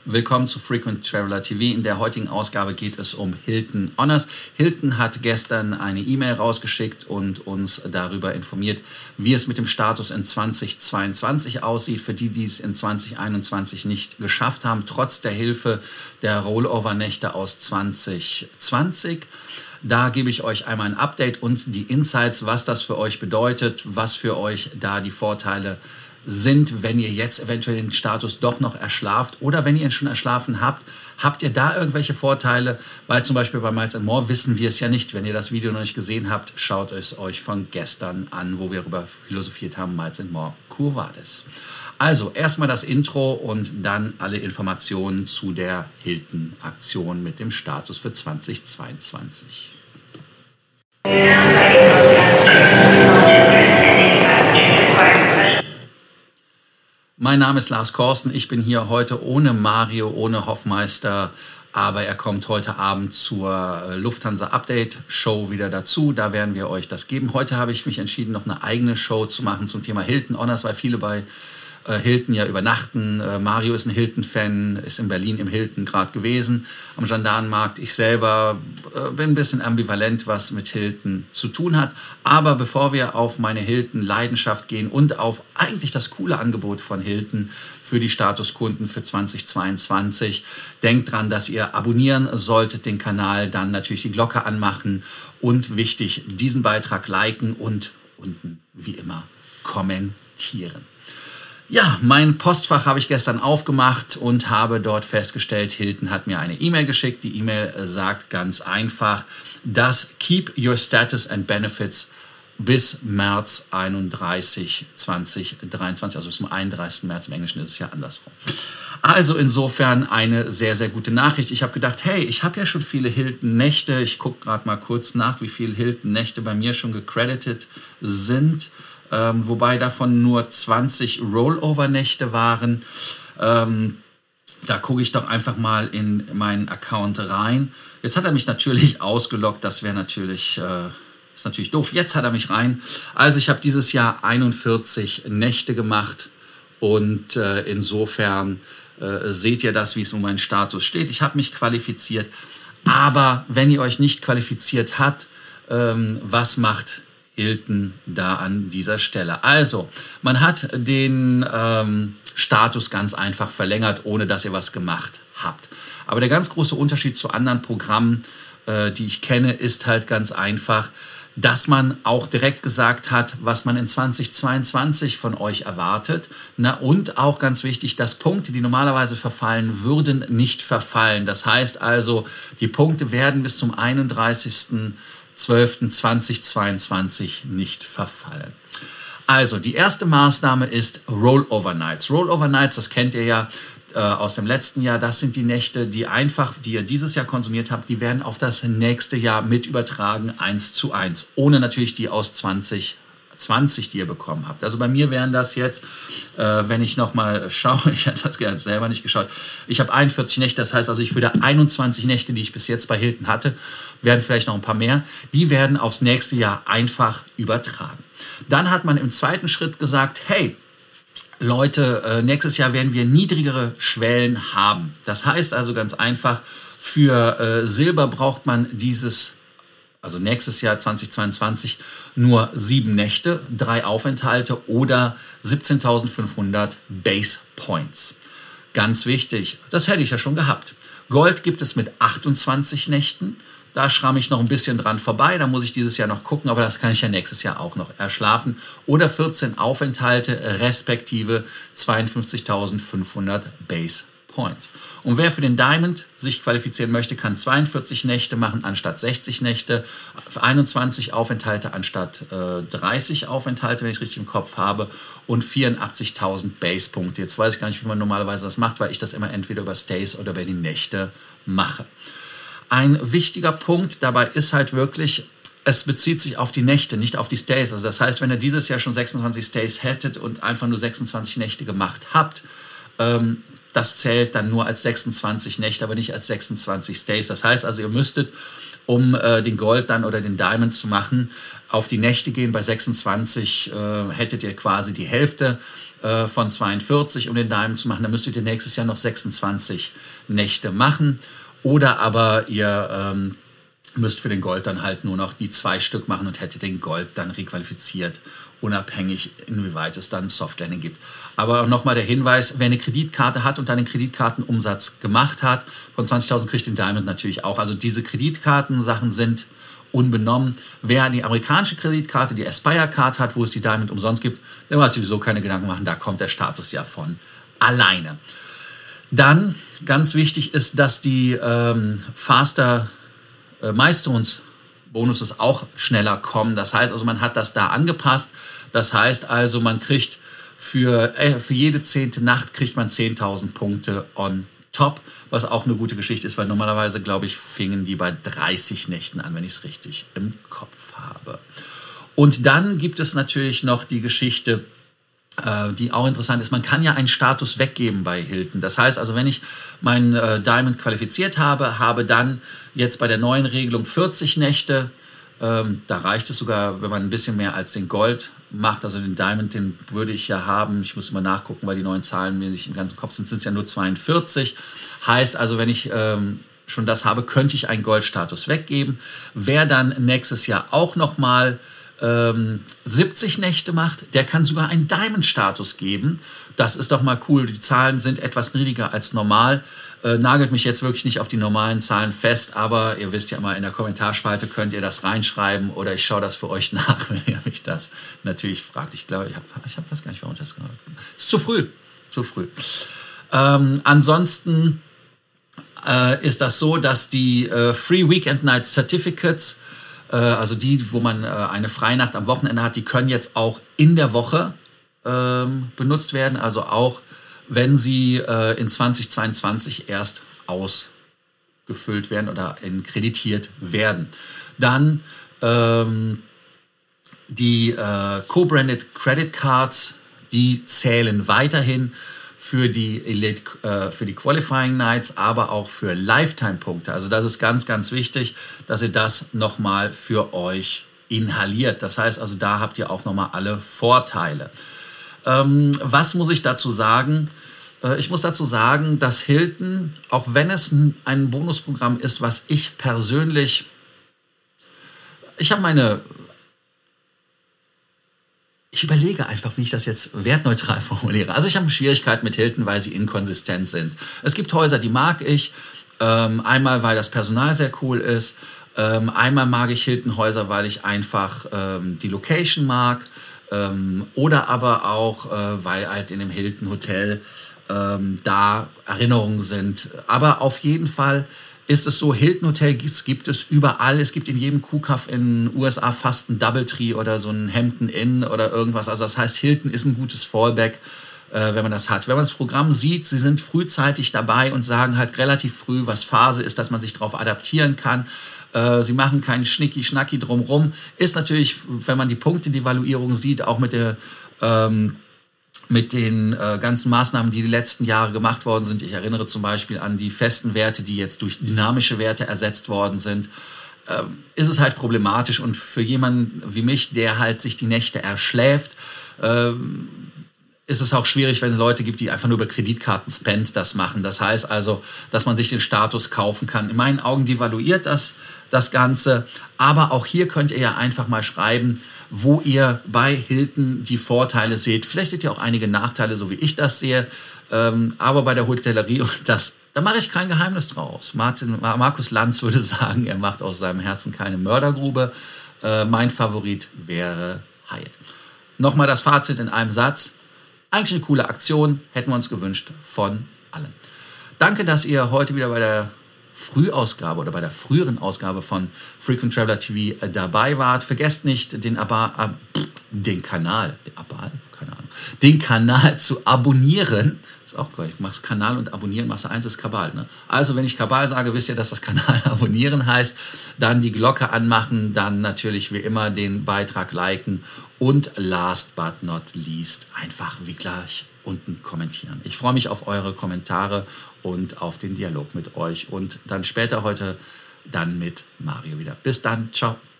Willkommen zu Frequent Traveler TV. In der heutigen Ausgabe geht es um Hilton Honors. Hilton hat gestern eine E-Mail rausgeschickt und uns darüber informiert, wie es mit dem Status in 2022 aussieht. Für die, die es in 2021 nicht geschafft haben, trotz der Hilfe der Rollover-Nächte aus 2020. Da gebe ich euch einmal ein Update und die Insights, was das für euch bedeutet, was für euch da die Vorteile sind, wenn ihr jetzt eventuell den Status doch noch erschlaft oder wenn ihr ihn schon erschlafen habt, habt ihr da irgendwelche Vorteile? Weil zum Beispiel bei Miles & More wissen wir es ja nicht. Wenn ihr das Video noch nicht gesehen habt, schaut es euch von gestern an, wo wir darüber philosophiert haben, Miles & More Quo Vadis. Also erstmal das Intro und dann alle Informationen zu der Hilton-Aktion mit dem Status für 2022. Mein Name ist Lars Korsten, ich bin hier heute ohne Mario, ohne Hoffmeister, aber er kommt heute Abend zur Lufthansa Update Show wieder dazu, da werden wir euch das geben. Heute habe ich mich entschieden, noch eine eigene Show zu machen zum Thema Hilton Honors, weil viele bei Hilton ja übernachten. Mario ist ein Hilton-Fan, ist in Berlin im Hilton gerade gewesen, am Gendarmenmarkt. Ich selber bin ein bisschen ambivalent, was mit Hilton zu tun hat. Aber bevor wir auf meine Hilton-Leidenschaft gehen und auf eigentlich das coole Angebot von Hilton für die Statuskunden für 2022, denkt dran, dass ihr abonnieren solltet den Kanal, dann natürlich die Glocke anmachen und wichtig, diesen Beitrag liken und unten wie immer kommentieren. Ja, mein Postfach habe ich gestern aufgemacht und habe dort festgestellt, Hilton hat mir eine E-Mail geschickt. Die E-Mail sagt ganz einfach, dass Keep Your Status and Benefits bis März 31, 2023, also bis zum 31. März, im Englischen ist es ja andersrum. Also insofern eine sehr, sehr gute Nachricht. Ich habe gedacht, hey, ich habe ja schon viele Hilton-Nächte. Ich gucke gerade mal kurz nach, wie viele Hilton-Nächte bei mir schon gecredited sind. Wobei davon nur 20 Rollover-Nächte waren. Da gucke ich doch einfach mal in meinen Account rein. Jetzt hat er mich natürlich ausgeloggt, das wäre natürlich, ist natürlich doof. Jetzt hat er mich rein. Also ich habe dieses Jahr 41 Nächte gemacht und insofern seht ihr das, wie es um meinen Status steht. Ich habe mich qualifiziert, aber wenn ihr euch nicht qualifiziert habt, was macht Hilton da an dieser Stelle? Also, man hat den Status ganz einfach verlängert, ohne dass ihr was gemacht habt. Aber der ganz große Unterschied zu anderen Programmen, die ich kenne, ist halt ganz einfach, dass man auch direkt gesagt hat, was man in 2022 von euch erwartet. Na, und auch ganz wichtig, dass Punkte, die normalerweise verfallen würden, nicht verfallen. Das heißt also, die Punkte werden bis zum 31.12.2022 nicht verfallen. Also die erste Maßnahme ist Rollover Nights. Rollover Nights, das kennt ihr ja aus dem letzten Jahr. Das sind die Nächte, die ihr dieses Jahr konsumiert habt, die werden auf das nächste Jahr mit übertragen, 1:1. Ohne natürlich die aus 2020, die ihr bekommen habt. Also bei mir wären das jetzt, wenn ich nochmal schaue, ich habe das jetzt selber nicht geschaut, ich habe 41 Nächte, das heißt also, ich würde 21 Nächte, die ich bis jetzt bei Hilton hatte, werden vielleicht noch ein paar mehr, die werden aufs nächste Jahr einfach übertragen. Dann hat man im zweiten Schritt gesagt, hey, Leute, nächstes Jahr werden wir niedrigere Schwellen haben. Das heißt also ganz einfach, für Silber braucht man also nächstes Jahr 2022 nur 7 Nächte, 3 Aufenthalte oder 17.500 Base Points. Ganz wichtig, das hätte ich ja schon gehabt. Gold gibt es mit 28 Nächten. Da schramme ich noch ein bisschen dran vorbei, da muss ich dieses Jahr noch gucken, aber das kann ich ja nächstes Jahr auch noch erschlafen. Oder 14 Aufenthalte respektive 52.500 Base Points. Und wer für den Diamond sich qualifizieren möchte, kann 42 Nächte machen anstatt 60 Nächte, 21 Aufenthalte anstatt 30 Aufenthalte, wenn ich es richtig im Kopf habe, und 84.000 Base-Punkte. Jetzt weiß ich gar nicht, wie man normalerweise das macht, weil ich das immer entweder über Stays oder über die Nächte mache. Ein wichtiger Punkt dabei ist halt wirklich, es bezieht sich auf die Nächte, nicht auf die Stays. Also das heißt, wenn ihr dieses Jahr schon 26 Stays hättet und einfach nur 26 Nächte gemacht habt, das zählt dann nur als 26 Nächte, aber nicht als 26 Stays. Das heißt also, ihr müsstet, um den Gold dann oder den Diamond zu machen, auf die Nächte gehen. Bei 26 hättet ihr quasi die Hälfte von 42, um den Diamond zu machen. Dann müsstet ihr nächstes Jahr noch 26 Nächte machen. Oder aber ihr müsst für den Gold dann halt nur noch die 2 Stück machen und hättet den Gold dann requalifiziert, unabhängig, inwieweit es dann Softlanding gibt. Aber auch nochmal der Hinweis, wer eine Kreditkarte hat und dann den Kreditkartenumsatz gemacht hat, von 20.000 kriegt den Diamond natürlich auch. Also diese Kreditkartensachen sind unbenommen. Wer die amerikanische Kreditkarte, die Aspire-Card hat, wo es die Diamond umsonst gibt, der muss sowieso keine Gedanken machen, da kommt der Status ja von alleine. Dann, ganz wichtig ist, dass die Faster Milestones Bonuses auch schneller kommen. Das heißt also, man hat das da angepasst. Das heißt also, man kriegt für jede 10. Nacht kriegt man 10.000 Punkte on top, was auch eine gute Geschichte ist, weil normalerweise, glaube ich, fingen die bei 30 Nächten an, wenn ich es richtig im Kopf habe. Und dann gibt es natürlich noch die Geschichte, die auch interessant ist. Man kann ja einen Status weggeben bei Hilton. Das heißt also, wenn ich meinen Diamond qualifiziert habe dann jetzt bei der neuen Regelung 40 Nächte. Da reicht es sogar, wenn man ein bisschen mehr als den Gold macht. Also den Diamond, den würde ich ja haben. Ich muss mal nachgucken, weil die neuen Zahlen mir nicht im ganzen Kopf sind. Sind es ja nur 42. Heißt also, wenn ich schon das habe, könnte ich einen Goldstatus weggeben. Wer dann nächstes Jahr auch nochmal 70 Nächte macht, der kann sogar einen Diamond-Status geben. Das ist doch mal cool. Die Zahlen sind etwas niedriger als normal. Nagelt mich jetzt wirklich nicht auf die normalen Zahlen fest, aber ihr wisst ja mal, in der Kommentarspalte könnt ihr das reinschreiben oder ich schaue das für euch nach, wenn ihr mich das natürlich fragt. Ich glaube, ich hab fast gar nicht, warum ich das gehört habe. Ist zu früh. Ansonsten ist das so, dass die Free Weekend Night Certificates, also die, wo man eine Freinacht am Wochenende hat, die können jetzt auch in der Woche benutzt werden, also auch wenn sie in 2022 erst ausgefüllt werden oder kreditiert werden. Dann die Co-Branded Credit Cards, die zählen weiterhin für die Qualifying Nights, aber auch für Lifetime-Punkte. Also das ist ganz, ganz wichtig, dass ihr das nochmal für euch inhaliert. Das heißt also, da habt ihr auch nochmal alle Vorteile. Was muss ich dazu sagen? Ich muss dazu sagen, dass Hilton, auch wenn es ein Bonusprogramm ist, was ich persönlich, ich überlege einfach, wie ich das jetzt wertneutral formuliere. Also ich habe Schwierigkeiten mit Hilton, weil sie inkonsistent sind. Es gibt Häuser, die mag ich. Einmal, weil das Personal sehr cool ist. Einmal mag ich Hilton-Häuser, weil ich einfach die Location mag. Oder aber auch, weil halt in dem Hilton-Hotel da Erinnerungen sind. Aber auf jeden Fall ist es so, Hilton Hotel gibt es überall. Es gibt in jedem Kuhkaff in den USA fast ein Doubletree oder so ein Hampton Inn oder irgendwas. Also das heißt, Hilton ist ein gutes Fallback, wenn man das hat. Wenn man das Programm sieht, sie sind frühzeitig dabei und sagen halt relativ früh, was Phase ist, dass man sich darauf adaptieren kann. Sie machen keinen Schnicki-Schnacki drumrum. Ist natürlich, wenn man die Punkte-Devaluierung sieht, auch mit den ganzen Maßnahmen, die letzten Jahre gemacht worden sind. Ich erinnere zum Beispiel an die festen Werte, die jetzt durch dynamische Werte ersetzt worden sind. Ist es halt problematisch und für jemanden wie mich, der halt sich die Nächte erschläft, ist es auch schwierig, wenn es Leute gibt, die einfach nur über Kreditkarten-Spend das machen. Das heißt also, dass man sich den Status kaufen kann. In meinen Augen devaluiert das Ganze. Aber auch hier könnt ihr ja einfach mal schreiben, wo ihr bei Hilton die Vorteile seht. Vielleicht seht ihr auch einige Nachteile, so wie ich das sehe. Aber bei der Hotellerie, da mache ich kein Geheimnis draus. Markus Lanz würde sagen, er macht aus seinem Herzen keine Mördergrube. Mein Favorit wäre Hyatt. Nochmal das Fazit in einem Satz. Eigentlich eine coole Aktion, hätten wir uns gewünscht von allen. Danke, dass ihr heute wieder bei der Frühausgabe oder bei der früheren Ausgabe von Frequent Traveler TV dabei wart. Vergesst nicht, den Kanal zu abonnieren. Ist auch gleich. Machst Kanal und abonnieren, machst du eins, ist Kabal. Ne? Also wenn ich Kabal sage, wisst ihr, dass das Kanal abonnieren heißt. Dann die Glocke anmachen, dann natürlich wie immer den Beitrag liken und last but not least einfach wie gleich unten kommentieren. Ich freue mich auf eure Kommentare und auf den Dialog mit euch und dann später heute dann mit Mario wieder. Bis dann, ciao.